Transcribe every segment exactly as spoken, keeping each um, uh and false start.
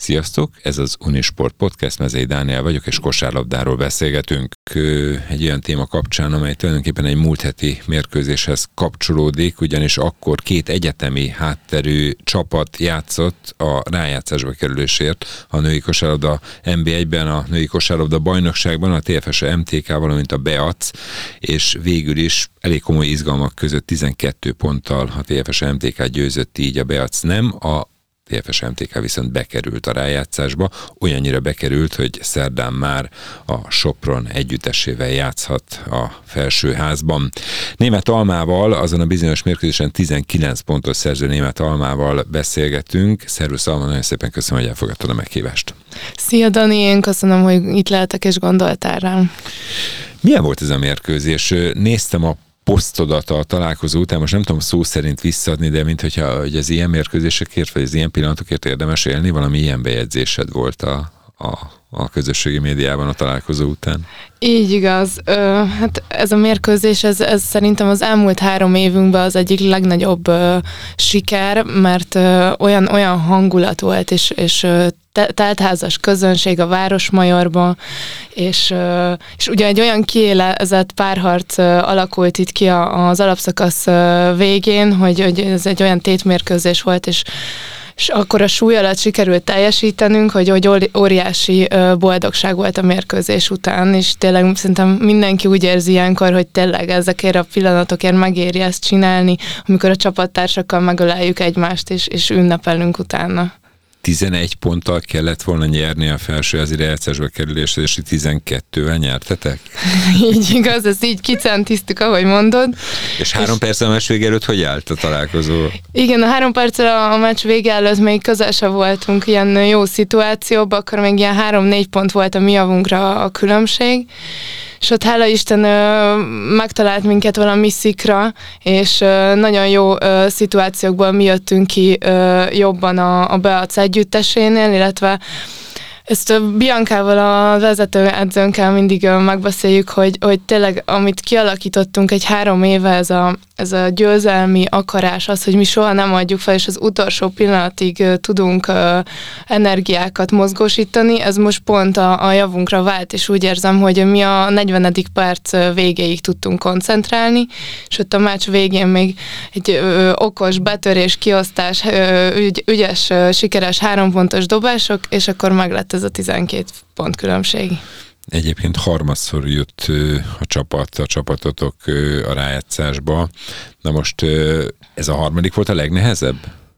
Sziasztok! Ez az Unisport Podcast, Mezei Dániel vagyok, és kosárlabdáról beszélgetünk egy olyan téma kapcsán, amely tulajdonképpen egy múlt heti mérkőzéshez kapcsolódik, ugyanis akkor két egyetemi hátterű csapat játszott a rájátszásba kerülésért a női kosárlabda en bé egyben, a női kosárlabda bajnokságban, a té ef es em té ká, valamint a Beac, és végül is elég komoly izgalmak között tizenkét ponttal a té ef es em té ká győzött, így a Beac nem, a té ef es em té ká viszont bekerült a rájátszásba, olyannyira bekerült, hogy szerdán már a Sopron együttesével játszhat a felsőházban. Németh Almával, azon a bizonyos mérkőzésen tizenkilenc pontos szerző Németh Almával beszélgetünk. Szervusz Alma, nagyon szépen köszönöm, hogy elfogadtad a meghívást. Szia Dani, én köszönöm, hogy itt lehetek és gondoltál rám. Milyen volt ez a mérkőzés? Néztem a posztodat a találkozó után, most nem tudom szó szerint visszaadni, de mint hogyha hogy az ilyen mérkőzésekért, vagy az ilyen pillanatokért érdemes élni, valami ilyen bejegyzésed volt a, a, a közösségi médiában a találkozó után. Így igaz. Ö, hát ez a mérkőzés, ez, ez szerintem az elmúlt három évünkben az egyik legnagyobb ö, siker, mert ö, olyan, olyan hangulat volt, és, és ö, teltházas közönség a Városmajorban, és, és ugye egy olyan kiélezett párharc alakult itt ki az alapszakasz végén, hogy, hogy ez egy olyan tétmérkőzés volt, és és akkor a súly alatt sikerült teljesítenünk, hogy, hogy óriási boldogság volt a mérkőzés után, és tényleg szerintem mindenki úgy érzi ilyenkor, hogy tényleg ezekért a pillanatokért megéri ezt csinálni, amikor a csapattársakkal megöleljük egymást, és, és ünnepelünk utána. tizenegy ponttal kellett volna nyerni a felsőházi rájátszásba kerülésre, és tizenkettővel nyertetek? Így igaz, ezt így kicentiztük, ahogy mondod. És három és... perccel a meccs vége előtt hogy állt a találkozó? Igen, a három perccel a meccs vége előtt még közel sem voltunk ilyen jó szituációban, akkor még ilyen három-négy pont volt a mi javunkra a különbség. És ott hála Isten megtalált minket valami szikra, és nagyon jó szituációkból mi jöttünk ki jobban a, a Beac együttesénél, illetve ezt Biancával, a vezető edzőnkkel mindig megbeszéljük, hogy, hogy tényleg, amit kialakítottunk egy három éve, ez a, ez a győzelmi akarás, az, hogy mi soha nem adjuk fel, és az utolsó pillanatig tudunk energiákat mozgósítani, ez most pont a, a javunkra vált, és úgy érzem, hogy mi a negyvenedik perc végéig tudtunk koncentrálni, és ott a meccs végén még egy ö, okos betörés, kiosztás, ö, ügy, ügyes, ö, sikeres hárompontos dobások, és akkor meg lett ez a tizenkét pont különbség. Egyébként harmadszor jött a csapat, a csapatotok a rájátszásba. Na most ez a harmadik volt a legnehezebb?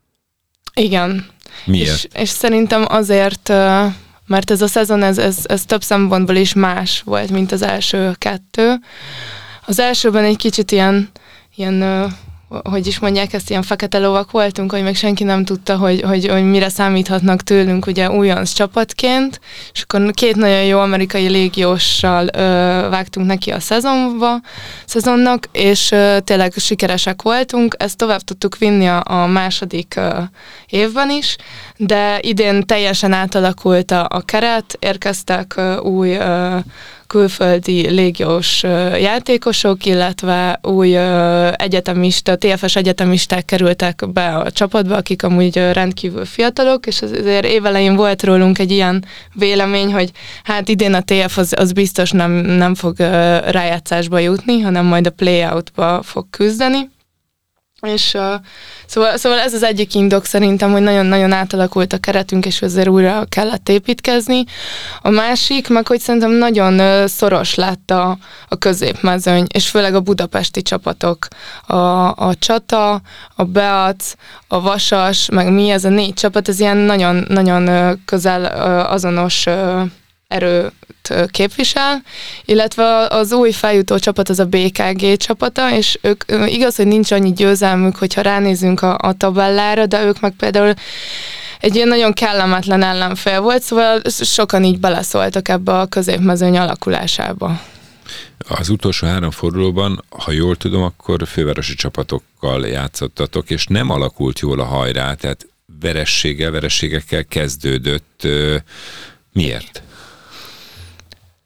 Igen. Miért? És, és szerintem azért, mert ez a szezon, ez, ez, ez több szempontból is más volt, mint az első kettő. Az elsőben egy kicsit ilyen, ilyen hogy is mondják, ezt ilyen fekete lovak voltunk, hogy meg senki nem tudta, hogy, hogy, hogy mire számíthatnak tőlünk, ugye újonc csapatként, és akkor két nagyon jó amerikai légióssal ö, vágtunk neki a szezonba, szezonnak, és ö, tényleg sikeresek voltunk, ezt tovább tudtuk vinni a, a második ö, évben is, de idén teljesen átalakult a, a keret, érkeztek ö, új ö, külföldi légiós játékosok, illetve új egyetemista, té ef es egyetemisták kerültek be a csapatba, akik amúgy rendkívül fiatalok, és azért évelején volt rólunk egy ilyen vélemény, hogy hát idén a té ef az, az biztos nem, nem fog rájátszásba jutni, hanem majd a play-outba fog küzdeni. És uh, szóval, szóval ez az egyik indok szerintem, hogy nagyon-nagyon átalakult a keretünk, és azért újra kellett építkezni. A másik, meg hogy szerintem nagyon uh, szoros lett a, a középmezőny, és főleg a budapesti csapatok. A, a Csata, a Beac, a Vasas, meg mi, ez a négy csapat, ez ilyen nagyon-nagyon uh, közel uh, azonos uh, erőt képvisel, illetve az új feljutó csapat az a bé ká gé csapata, és ők igaz, hogy nincs annyi győzelmük, hogyha ránézünk a, a tabellára, de ők meg például egy ilyen nagyon kellemetlen ellenfél volt, szóval sokan így beleszóltak ebbe a középmezőny alakulásába. Az utolsó három fordulóban, ha jól tudom, akkor fővárosi csapatokkal játszottatok, és nem alakult jól a hajrá, tehát verességgel, verességekkel kezdődött. Miért?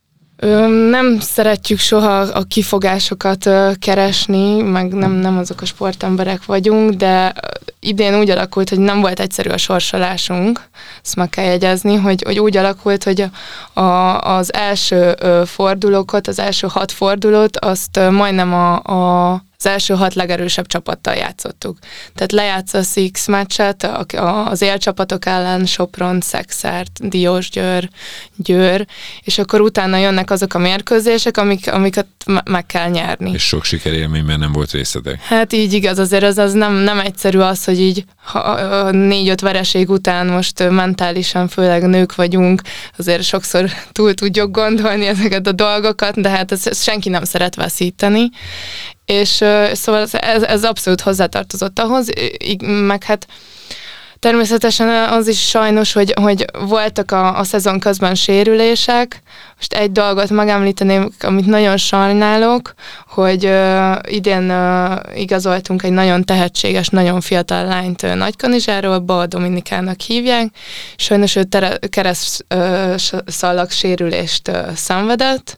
Nem szeretjük soha a kifogásokat keresni, meg nem, nem azok a sportemberek vagyunk, de idén úgy alakult, hogy nem volt egyszerű a sorsolásunk, ezt meg kell jegyezni, hogy, hogy úgy alakult, hogy a, a, az első fordulókat, az első hat fordulót, azt majdnem a, a az első hat legerősebb csapattal játszottuk. Tehát lejátszasz X meccset az élcsapatok ellen, Sopron, Szexárd, Diósgyőr, Győr, és akkor utána jönnek azok a mérkőzések, amik, amiket meg kell nyerni. És sok sikerélményben nem volt részletek. Hát így igaz, azért az, az nem, nem egyszerű az, hogy így négy-öt vereség után most mentálisan, főleg nők vagyunk, azért sokszor túl tudjuk gondolni ezeket a dolgokat, de hát ezt, ezt senki nem szeret veszíteni. És uh, szóval ez, ez abszolút hozzátartozott ahhoz, meg hát természetesen az is sajnos, hogy, hogy voltak a, a szezon közben sérülések. Most egy dolgot megemlíteném, amit nagyon sajnálok, hogy uh, idén uh, igazoltunk egy nagyon tehetséges, nagyon fiatal lányt uh, Nagykanizsáról, Bal Dominikának hívják. Sajnos ő keresztszallag uh, sérülést uh, szenvedett,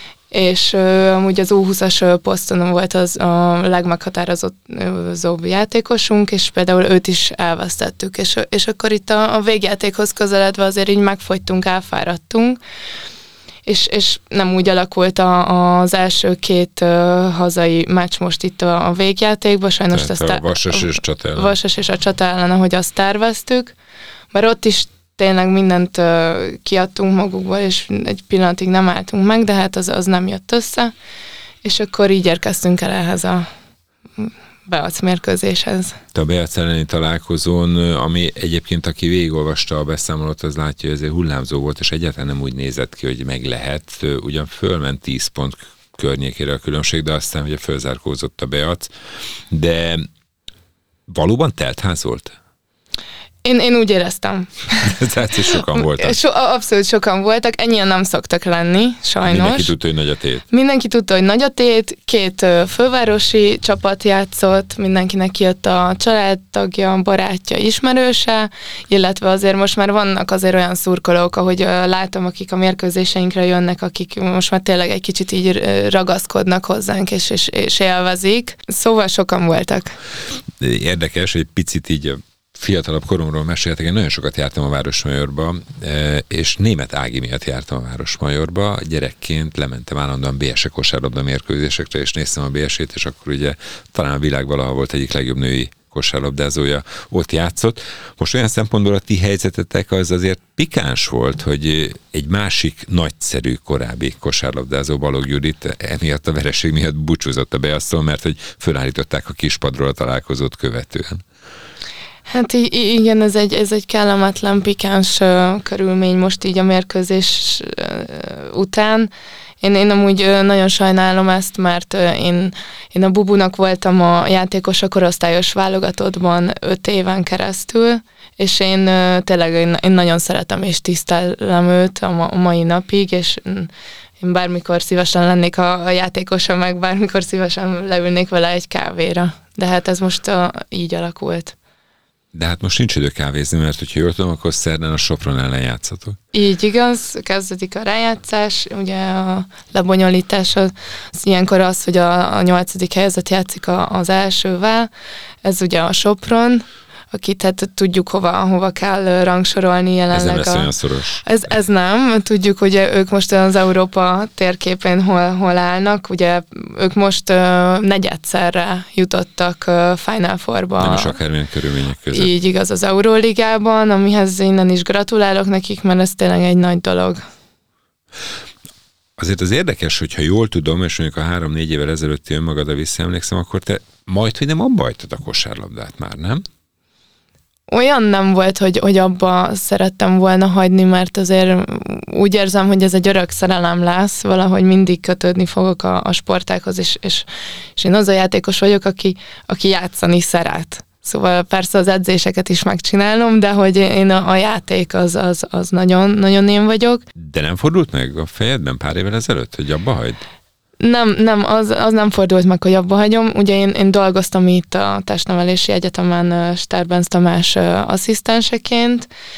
és uh, amúgy az U húszas poszton volt az a legmeghatározóbb játékosunk, és például őt is elvesztettük, és, és akkor itt a, a végjátékhoz közeledve azért így megfogytunk, elfáradtunk, és, és nem úgy alakult a, az első két uh, hazai meccs most itt a, a végjátékban, sajnos Tehát ezt a Vasas és Csata ellen. Vasas és a Csata ellen, ahogy azt terveztük, mert ott is tényleg mindent uh, kiadtunk magukból, és egy pillanatig nem álltunk meg, de hát az, az nem jött össze, és akkor így érkeztünk el ehhez a Beac mérkőzéshez. Te a Beac elleni találkozón, ami egyébként aki végigolvasta a beszámolót, az látja, hogy ez egy hullámzó volt, és egyáltalán nem úgy nézett ki, hogy meg lehet. Ugyan fölment tíz pont környékére a különbség, de aztán ugye fölzárkózott a Beac. De valóban teltház volt? Én, én úgy éreztem. Tehát is sokan voltak. So, abszolút sokan voltak, ennyien nem szoktak lenni, sajnos. Mindenki tudta, hogy nagy a tét. Mindenki tudta, hogy nagy a tét, két fővárosi csapat játszott, mindenkinek kijött a családtagja, barátja, ismerőse, illetve azért most már vannak azért olyan szurkolók, ahogy látom, akik a mérkőzéseinkre jönnek, akik most már tényleg egy kicsit így ragaszkodnak hozzánk, és, és, és élvezik. Szóval sokan voltak. Érdekes, hogy picit így fiatalabb koromról meséltek, én nagyon sokat jártam a Városmajorba, és német Ági miatt jártam a Városmajorba. Gyerekként lementem állandóan bé es-e kosárlabda mérkőzésekre, és néztem a bé es-ét, és akkor ugye talán a világ valaha volt egyik legjobb női kosárlabdázója, ott játszott. Most olyan szempontból a ti helyzetetek az azért pikáns volt, hogy egy másik nagyszerű korábbi kosárlabdázó, Balogh Judit emiatt a vereség miatt búcsúzott a Beacztól, mert hogy fölállították a kispadról a találkozót követően. Hát igen, ez egy, ez egy kellemetlen, pikáns uh, körülmény most így a mérkőzés uh, után. Én, én amúgy uh, nagyon sajnálom ezt, mert uh, én, én a Bubunak voltam a játékos a korosztályos válogatottban öt éven keresztül, és én uh, tényleg én, én nagyon szeretem és tisztelem őt a, ma, a mai napig, és én bármikor szívesen lennék a, a játékosa, meg bármikor szívesen leülnék vele egy kávéra. De hát ez most uh, így alakult. De hát most nincs idő kávézni, mert hogyha jól tudom, akkor szerdán a Sopron ellen játszatok. Így igaz, kezdődik a rájátszás, ugye a lebonyolítás az, az ilyenkor az, hogy a, a nyolcadik helyzet játszik a, az elsővel, ez ugye a Sopron, akit hát tudjuk hova, hova kell rangsorolni jelenleg. Ez nem lesz a... olyan szoros. Ez, ez nem, tudjuk, hogy ők most az Európa térképén hol, hol állnak, ugye ők most uh, negyedszerre jutottak uh, Final Fourba. Nem is akármilyen körülmények között. Így igaz, az Euróligában, amihez innen is gratulálok nekik, mert ez tényleg egy nagy dolog. Azért az érdekes, hogyha jól tudom, és mondjuk a három-négy évvel ezelőtti önmagadra visszaemlékszem, akkor te majd, hogy nem abba hagytad a kosárlabdát már, nem? Olyan nem volt, hogy, hogy abba szerettem volna hagyni, mert azért úgy érzem, hogy ez egy örök szerelem lesz, valahogy mindig kötődni fogok a, a sportákhoz, és, és, és én az a játékos vagyok, aki, aki játszani szeret. Szóval persze az edzéseket is megcsinálom, de hogy én a, a játék az, az, az nagyon, nagyon én vagyok. De nem fordult meg a fejedben pár évvel ezelőtt, hogy abba hagyd? Nem, nem, az, az nem fordult meg, hogy abba hagyom. Ugye én, én dolgoztam itt a Testnevelési Egyetemen Stárbenc Tamás asszisztenseként,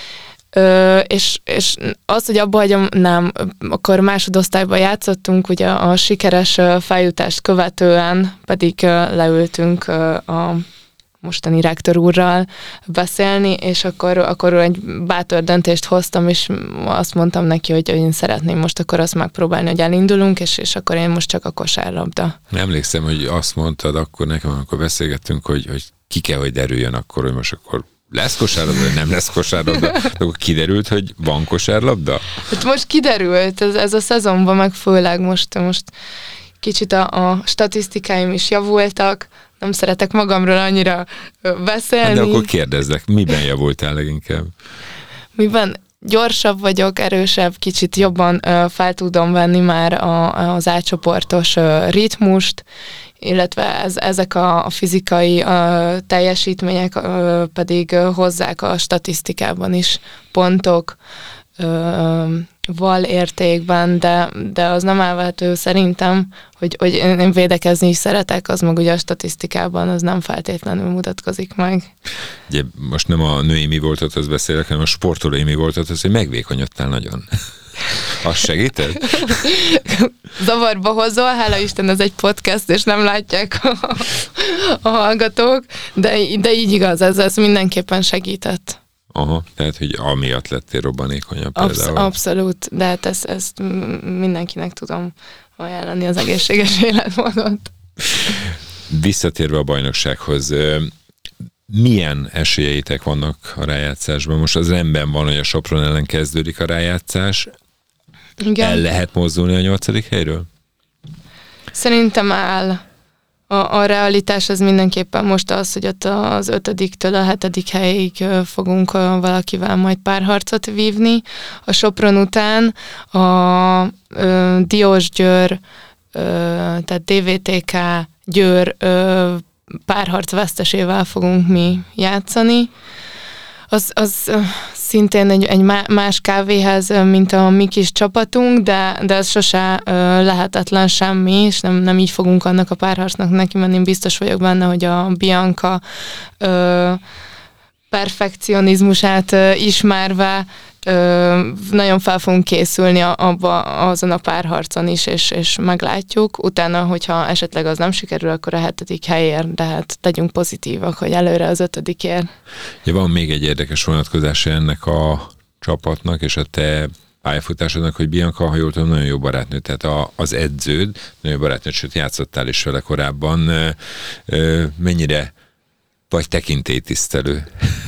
Ö, és, és az, hogy abba hagyom, nem, akkor másodosztályban játszottunk, ugye a sikeres feljutást követően pedig leültünk a mostani rektor úrral beszélni, és akkor, akkor egy bátor döntést hoztam, és azt mondtam neki, hogy én szeretném most akkor azt megpróbálni, hogy elindulunk, és, és akkor én most csak a kosárlabda. Emlékszem, hogy azt mondtad akkor nekem, amikor beszélgettünk, hogy, hogy ki kell, hogy derüljön akkor, hogy most akkor lesz kosárlabda, vagy nem lesz kosárlabda, akkor kiderült, hogy van kosárlabda? Hát most kiderült, ez, ez a szezonban meg főleg most, most kicsit a, a statisztikáim is javultak, nem szeretek magamról annyira beszélni. Hát de akkor kérdezzek, miben javultál leginkább? Miben gyorsabb vagyok, erősebb, kicsit jobban ö, fel tudom venni már a, az átcsoportos ö, ritmust, illetve ez, ezek a, a fizikai ö, teljesítmények ö, pedig ö, hozzák a statisztikában is pontok, ö, val értékben, de, de az nem elvehető szerintem, hogy, hogy én védekezni is szeretek, az meg ugye a statisztikában az nem feltétlenül mutatkozik meg. Ugye most nem a női mi voltathoz beszélek, hanem a sportolói mi voltathoz, hogy megvékonyodtál nagyon. Az segített? Zavarba hozol, hála Isten, ez egy podcast, és nem látják a, a hallgatók, de, de így igaz, ez, ez mindenképpen segített. Aha, tehát, hogy amiatt lettél robbanékonyabb Absz- például. Abszolút, de hát ezt, ezt mindenkinek tudom ajánlani, az egészséges életmódot. Visszatérve a bajnoksághoz, milyen esélyeitek vannak a rájátszásban? Most az rendben van, hogy a Sopron ellen kezdődik a rájátszás. Igen. El lehet mozdulni a nyolcadik helyről? Szerintem áll. A, a realitás az mindenképpen most az, hogy ott az ötödiktől a hetedik helyig fogunk valakivel majd párharcot vívni. A Sopron után a ö, Diósgyőr, ö, tehát dé vé té ká Győr ö, párharc vesztesével fogunk mi játszani. Az, az szintén egy, egy más kávéhez, mint a mi kis csapatunk, de, de ez sose lehetetlen semmi, és nem, nem így fogunk annak a párharcnak neki menni. Én biztos vagyok benne, hogy a Bianca ö, perfekcionizmusát ö, ismerve ö, nagyon fel fogunk készülni abba, azon a párharcon is, és, és meglátjuk. Utána, hogyha esetleg az nem sikerül, akkor a hetedik helyért, de hát tegyünk pozitívak, hogy előre az ötödikért. Ja, van még egy érdekes vonatkozása ennek a csapatnak, és a te pályafutásodnak, hogy Bianca, ha jól tudom, nagyon jó barátnő, tehát a, az edződ, nagyon jó barátnő, sőt játszottál is vele korábban. Ö, ö, mennyire vagy tekintélytisztelő?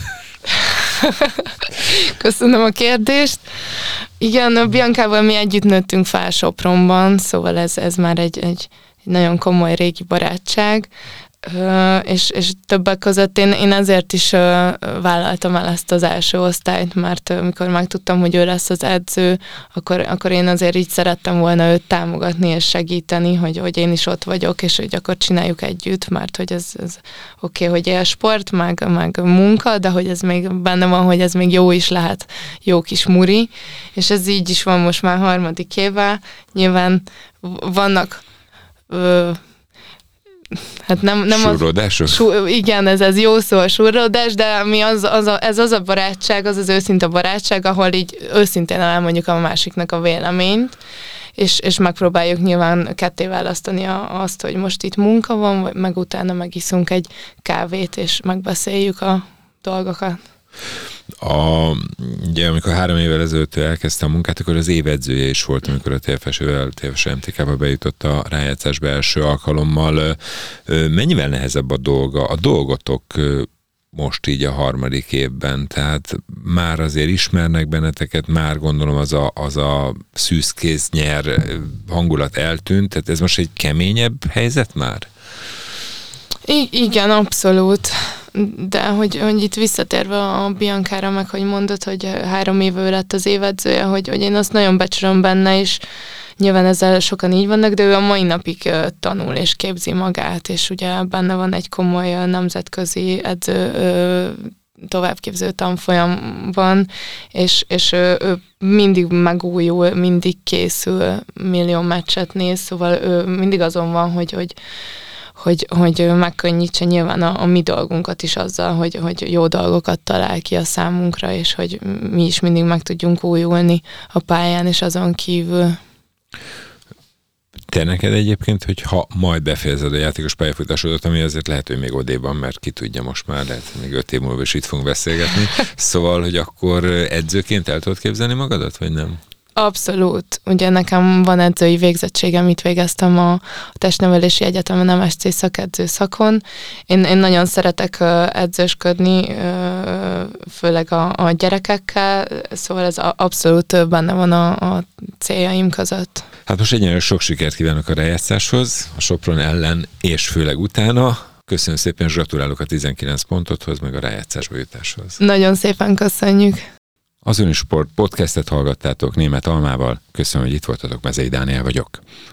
Köszönöm a kérdést. Igen, a Biancával mi együtt nőttünk fel Sopronban, szóval ez, ez már egy, egy, egy nagyon komoly régi barátság, uh, és, és többek között én, én ezért is uh, vállaltam el ezt az első osztályt, mert uh, mikor megtudtam, hogy ő lesz az edző, akkor, akkor én azért így szerettem volna őt támogatni és segíteni, hogy, hogy én is ott vagyok, és hogy akkor csináljuk együtt, mert hogy ez, ez oké, okay, hogy élsport, meg, meg munka, de hogy ez még benne van, hogy ez még jó is lehet, jó kis muri, és ez így is van most már harmadik éve. Nyilván vannak ö, hát nem, nem Surródások? Az, sú, igen, ez, ez jó szó a surródás, de mi az, az a, ez az a barátság, az az őszinte barátság, ahol így őszintén elmondjuk a másiknak a véleményt, és, és megpróbáljuk nyilván ketté választani a, azt, hogy most itt munka van, vagy meg utána megiszunk egy kávét, és megbeszéljük a dolgokat. A, ugye, amikor három évvel ezelőtt elkezdte a munkát, akkor az évedzője is volt, amikor a té ef es-vel, té ef es em té ká-ba bejutott a rájátszásba első alkalommal. Mennyivel nehezebb a dolga? A dolgotok most így a harmadik évben, tehát már azért ismernek benneteket, már gondolom az a, az a szűzkész nyer hangulat eltűnt, tehát ez most egy keményebb helyzet már? I- igen, abszolút. De hogy, hogy itt visszatérve a Biancára, meg hogy mondod, hogy három éve lett az évedzője, hogy, hogy én azt nagyon becsülöm benne, és nyilván ezzel sokan így vannak, de ő a mai napig tanul és képzi magát, és ugye benne van egy komoly nemzetközi edző továbbképző tanfolyamban, és, és ő, ő mindig megújul, mindig készül, millió meccset néz, szóval ő mindig azon van, hogy, hogy hogy, hogy megkönnyítse nyilván a, a mi dolgunkat is azzal, hogy, hogy jó dolgokat talál ki a számunkra, és hogy mi is mindig meg tudjunk újulni a pályán, és azon kívül. Te neked egyébként, hogy ha majd befejezed a játékos pályafutásodat, ami azért lehet, hogy még odéban, mert ki tudja most már, lehet, még öt év múlva is itt fogunk beszélgetni. Szóval, hogy akkor edzőként el tudod képzelni magadat, vagy nem? Abszolút. Ugye nekem van edzői végzettségem, itt végeztem a, a testnevelési egyetemen, em es cé szakedző szakon. Én, én nagyon szeretek uh, edzősködni, uh, főleg a, a gyerekekkel, szóval ez abszolút benne van a, a céljaim között. Hát most egyenlően sok sikert kívánok a rájátszáshoz, a Sopron ellen, és főleg utána. Köszönöm szépen, és gratulálok a tizenkilenc pontodhoz, meg a rájátszásba jutáshoz. Nagyon szépen köszönjük. Az Unisport podcastet hallgattátok Németh Almával. Köszönöm, hogy itt voltatok, Mezei Dániel vagyok.